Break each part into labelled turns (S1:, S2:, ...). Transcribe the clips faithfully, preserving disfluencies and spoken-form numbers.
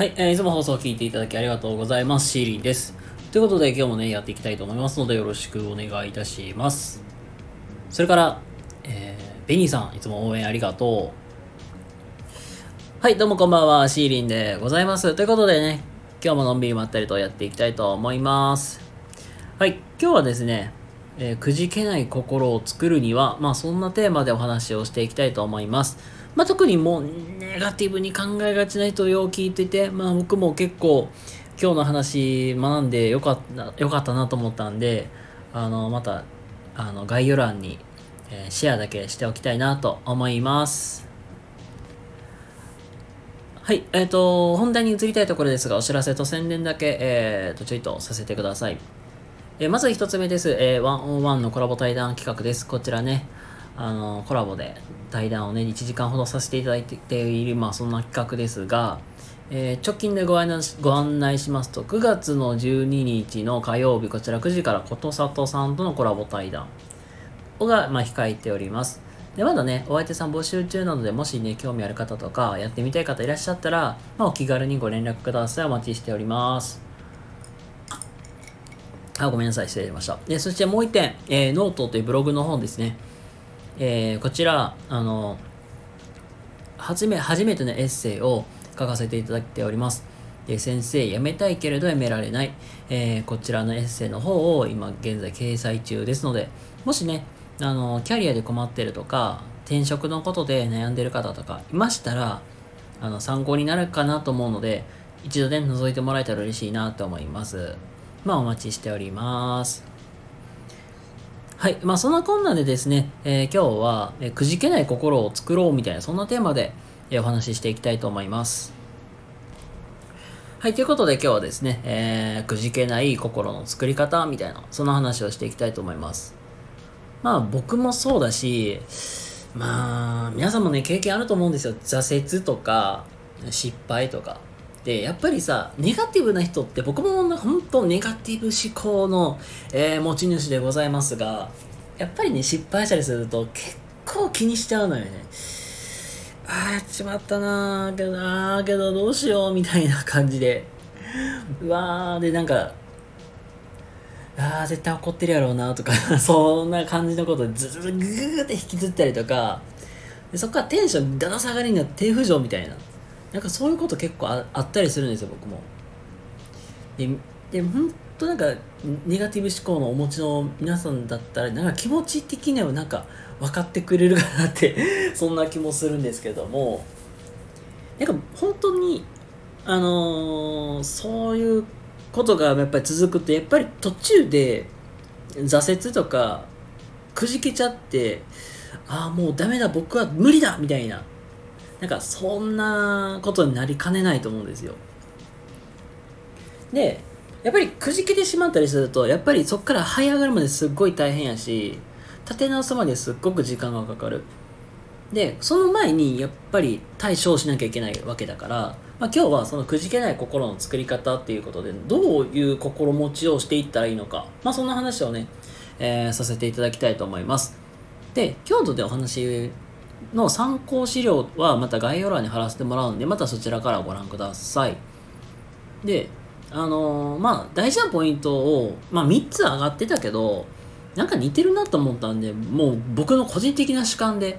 S1: はい、えーいつも放送を聞いていただきありがとうございます。シーリンです。ということで今日もね、やっていきたいと思いますのでよろしくお願いいたします。それから、えー、ベニーさん、いつも応援ありがとう。はい、どうもこんばんは、シーリンでございます。ということでね、今日ものんびりまったりとやっていきたいと思います。はい、今日はですね、えーくじけない心を作るには、まあそんなテーマでお話をしていきたいと思います。まあ特にもうネガティブに考えがちな人をよう聞いてて、まあ僕も結構今日の話学んでよかった、よかったなと思ったんで、あの、また、あの、概要欄に、えーシェアだけしておきたいなと思います。はい、えっ、と、本題に移りたいところですが、お知らせと宣伝だけ、えーと、ちょいとさせてください。えーまず一つ目です。えー、ワンオンワンのコラボ対談企画です。こちらね、あのコラボで対談をね、いちじかんほどさせていただいている、まあそんな企画ですが、えー直近でご案内しご案内しますと、くがつのじゅうににちの火曜日、こちらくじからことさとさんとのコラボ対談が、まあ、控えております。で、まだね、お相手さん募集中なので、もしね、興味ある方とか、やってみたい方いらっしゃったら、まあ、お気軽にご連絡ください。お待ちしております。あ、ごめんなさい。失礼しました。で、そしてもう一点、えー、ノートというブログの本ですね。えー、こちら、あの、初め、初めてのエッセイを書かせていただいております。で、先生、辞めたいけれど辞められない。えー、こちらのエッセイの方を今現在掲載中ですので、もしね、あの、キャリアで困ってるとか、転職のことで悩んでる方とかいましたら、あの、参考になるかなと思うので、一度ね、覗いてもらえたら嬉しいなと思います。まあ、お待ちしております。はい。まあ、そんなこんなでですね、えー今日は、えーくじけない心を作ろうみたいな、そんなテーマで、えーお話ししていきたいと思います。はい。ということで今日はですね、えーくじけない心の作り方みたいな、その話をしていきたいと思います。まあ、僕もそうだし、まあ、皆さんもね、経験あると思うんですよ。挫折とか、失敗とか。で、やっぱりさ、ネガティブな人って、僕も本当ネガティブ思考の、えー持ち主でございますが、やっぱりね、失敗したりすると結構気にしちゃうのよね。あー、やっちまったなー、けど、あー、けどどうしよう、みたいな感じで。うわー、で、なんか、あー絶対怒ってるやろうなとかそんな感じのことでずずずぐーって引きずったりとか、でそっからテンションだだ下がりになって低浮上みたいな、なんかそういうこと結構 あ, あったりするんですよ、僕も。でで本当なんかネガティブ思考のお持ちの皆さんだったらなんか気持ち的にはなんか分かってくれるかなってそんな気もするんですけども、なんか本当にあのーそういうことがやっぱり続くと、やっぱり途中で挫折とかくじけちゃって、ああもうダメだ、僕は無理だみたいな、なんかそんなことになりかねないと思うんですよ。で、やっぱりくじけてしまったりすると、やっぱりそこから這い上がるまですっごい大変やし、立て直すまですっごく時間がかかる。で、その前にやっぱり対処をしなきゃいけないわけだから、まあ、今日はそのくじけない心の作り方っていうことで、どういう心持ちをしていったらいいのか、まあそんな話をね、えーさせていただきたいと思います。で、京都でお話の参考資料はまた概要欄に貼らせてもらうので、またそちらからご覧ください。で、あのーまあ大事なポイントを、まあみっつ上がってたけど、なんか似てるなと思ったんで、もう僕の個人的な主観で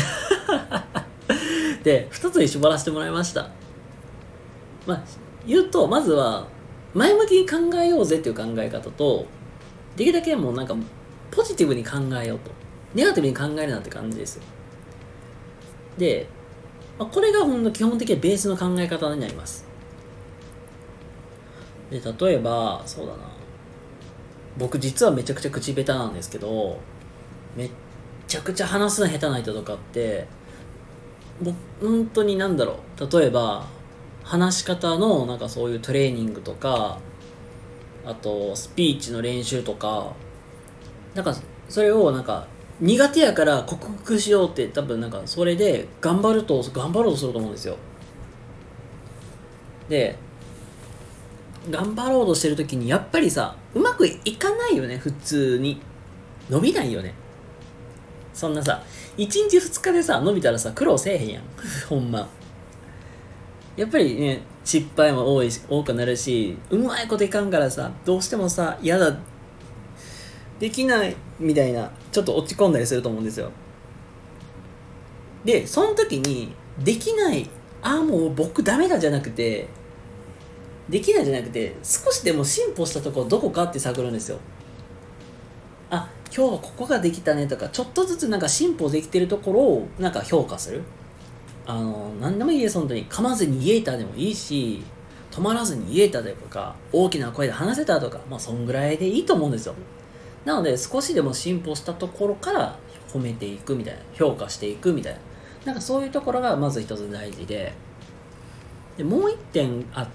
S1: で、ふたつに絞らせてもらいました。まあ、言うと、まずは、前向きに考えようぜっていう考え方と、できるだけもうなんか、ポジティブに考えようと。ネガティブに考えるなって感じですよ。で、まあ、これがほんの基本的なベースの考え方になります。で、例えば、そうだな。僕実はめちゃくちゃ口下手なんですけど、めっちゃくちゃ話すの下手な人とかって、僕、本当になんだろう。例えば、話し方のなんかそういうトレーニングとか、あとスピーチの練習とか、なんかそれをなんか苦手やから克服しようって、多分なんかそれで頑張ると頑張ろうとすると思うんですよ。で、頑張ろうとしてる時にやっぱりさ、うまくいかないよね。普通に伸びないよね。そんなさ、いちにちふつかでさ伸びたらさ苦労せえへんやんほんま。やっぱりね、 失敗も多いし多くなるし、うまいこといかんからさ、どうしてもさ、嫌だ、できないみたいな、ちょっと落ち込んだりすると思うんですよ。でその時にできない、ああもう僕ダメだじゃなくて、できないじゃなくて、少しでも進歩したところどこかって探るんですよ。あ、今日はここができたねとか、ちょっとずつなんか進歩できてるところをなんか評価する。あの何でもいいです。本当に噛まずに言えたでもいいし、止まらずに言えたでとか、大きな声で話せたとか、まあそんぐらいでいいと思うんですよ。なので少しでも進歩したところから褒めていくみたいな、評価していくみたいな、なんかそういうところがまず一つ大事で、でもう一点あって、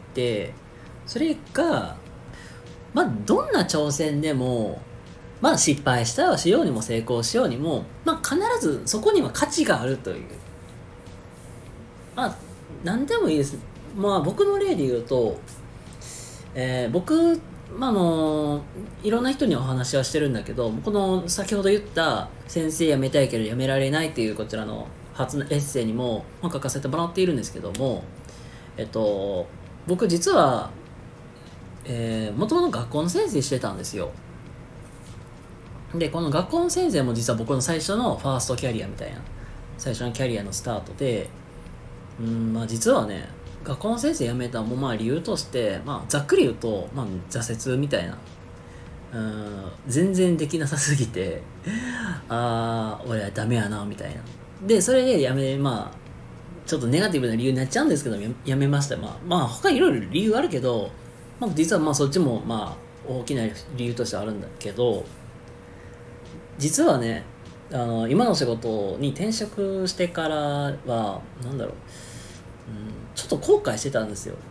S1: それがまあどんな挑戦でも、まあ失敗したしようにも成功しようにも、まあ必ずそこには価値があるという、まあ何でもいいです。まあ僕の例で言うと、えー、僕、まあ、あのいろんな人にお話はしてるんだけど、この先ほど言った先生辞めたいけど辞められないっていうこちらの初のエッセイにも、まあ、書かせてもらっているんですけども、えっと僕実は、えー、元々学校の先生してたんですよ。でこの学校の先生も実は僕の最初のファーストキャリアみたいな、最初のキャリアのスタートで、うん、まあ実はね、学校の先生辞めたもまあ理由として、まあ、ざっくり言うと、まあ、挫折みたいな、うん、全然できなさすぎてああ俺はダメやなみたいな。でそれで辞め、まあちょっとネガティブな理由になっちゃうんですけど、辞めました。まあまあ他にいろいろ理由あるけど、まあ、実はまあそっちもまあ大きな理由としてあるんだけど、実はね、あの今の仕事に転職してからはなんだろう、うん、ちょっと後悔してたんですよ。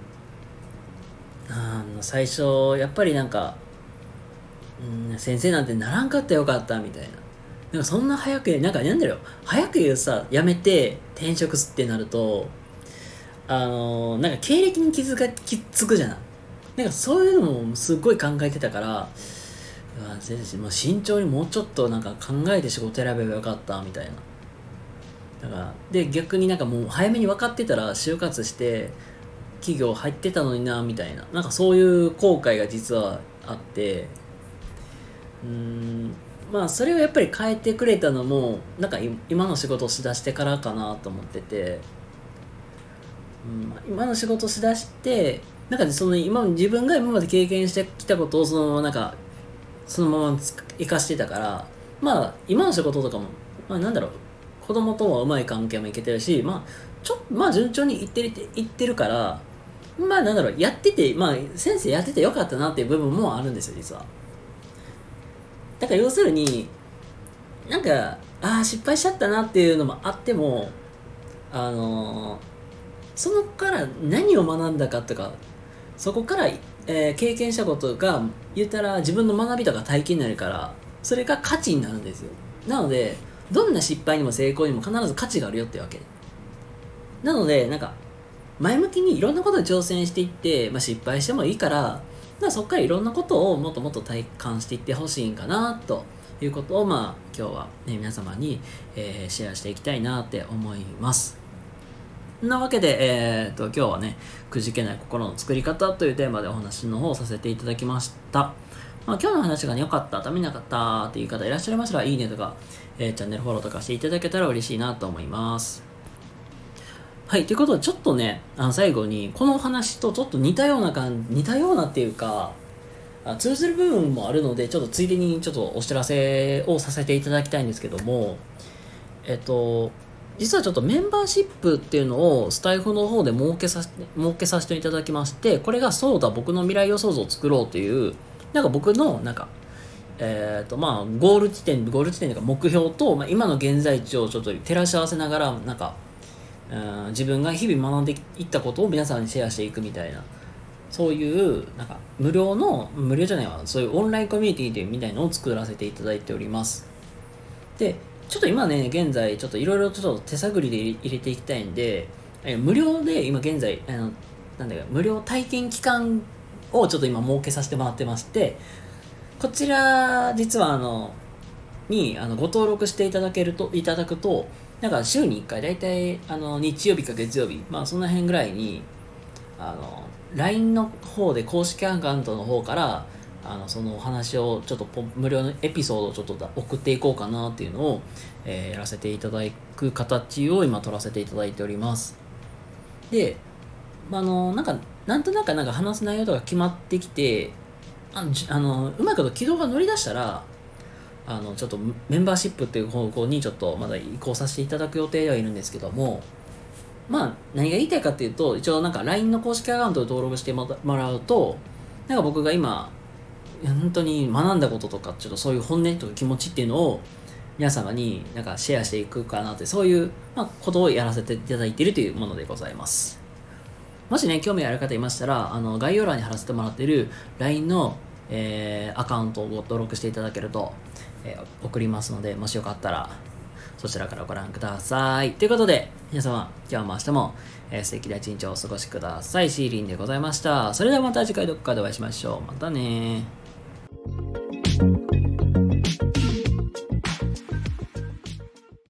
S1: あの最初やっぱりなんか、うん、先生なんてならんかったらよかったみたいな。なんかそんな早くなんかなんだろう、早く言うさ、辞めて転職ってなると、あのなんか経歴に傷がきつくじゃない。なんかそういうのもすっごい考えてたから、うわ先生もう慎重にもうちょっとなんか考えて仕事選べばよかったみたいな。だからで逆になんかもう早めに分かってたら就活して企業入ってたのになみたいな、なんかそういう後悔が実はあって、うーんまあそれをやっぱり変えてくれたのもなんか今の仕事をしだしてからかなと思ってて、うん、今の仕事をしだしてなんかその今自分が今まで経験してきたことをそのままなんかそのまま生かしてたから、まあ今の仕事とかも、まあ、なんだろう、子供とはうまい関係もいけてるし、まあちょまあ順調にいってるいってるから、まあなんだろう、やってて、まあ先生やっててよかったなっていう部分もあるんですよ実は。だから要するになんかああ失敗しちゃったなっていうのもあっても、あのー、そのから何を学んだかとか、そこから、えー経験したことが言ったら自分の学びとか体験になるから、それが価値になるんですよ。なのでどんな失敗にも成功にも必ず価値があるよってわけなので、なんか前向きにいろんなことに挑戦していって、まあ、失敗してもいいから、まあ、そこからいろんなことをもっともっと体感していってほしいんかなということを、まあ今日は、ね、皆様に、えーシェアしていきたいなって思います。なわけで、えー、と今日はね、くじけない心の作り方というテーマでお話の方をさせていただきました。まあ、今日の話が、ね、良かった、ためになかったっていう方いらっしゃいましたら、いいねとか、えーチャンネルフォローとかしていただけたら嬉しいなと思います。はい、ということでちょっとね、あの最後にこのお話とちょっと似たような感じ、似たようなっていうか、あ通ずる部分もあるので、ちょっとついでにちょっとお知らせをさせていただきたいんですけども、えっと、実はちょっとメンバーシップっていうのをスタイフの方で設けさせて、設けさせていただきまして、これがそうだ僕の未来予想図を作ろうという、なんか僕のなんか、えーとまあ、ゴール地点、ゴール地点というか目標と、まあ、今の現在地をちょっと照らし合わせながら、なんか、うん自分が日々学んでいったことを皆さんにシェアしていくみたいな、そういうなんか無料の無料じゃないわそういうオンラインコミュニティみたいのを作らせていただいております。でちょっと今ね現在ちょっといろいろちょっと手探りで入れていきたいんで、え無料で今現在あのなんだか無料体験期間をちょっと今設けさせてもらってまして、こちら実はあのにあのご登録していただけるといただくと、なんか週にいっかいだいたいあの日曜日か月曜日、まあその辺ぐらいにあの ライン の方で公式アカウントの方からあのそのお話をちょっとポ無料のエピソードをちょっと送っていこうかなっていうのを、えーやらせていただく形を今取らせていただいております。で、まあ、あのなんかなんとなくなんか話す内容とか決まってきて、あのじあのうまいこと軌道が乗り出したら、あのちょっとメンバーシップっていう方向にちょっとまだ移行させていただく予定ではいるんですけども、まあ何が言いたいかっていうと、一応なんか ライン の公式アカウントを登録してもらうと、なんか僕が今本当に学んだこととか、ちょっとそういう本音とか気持ちっていうのを皆様になんかシェアしていくかなって、そういう、まあ、ことをやらせていただいているというものでございます。もしね、興味ある方いましたら、あの概要欄に貼らせてもらっている ライン の、えーアカウントをご登録していただけると、えー送りますので、もしよかったらそちらからご覧ください。ということで、皆様、今日も明日も、えー素敵な一日をお過ごしください。シーリンでございました。それではまた次回どこかでお会いしましょう。またね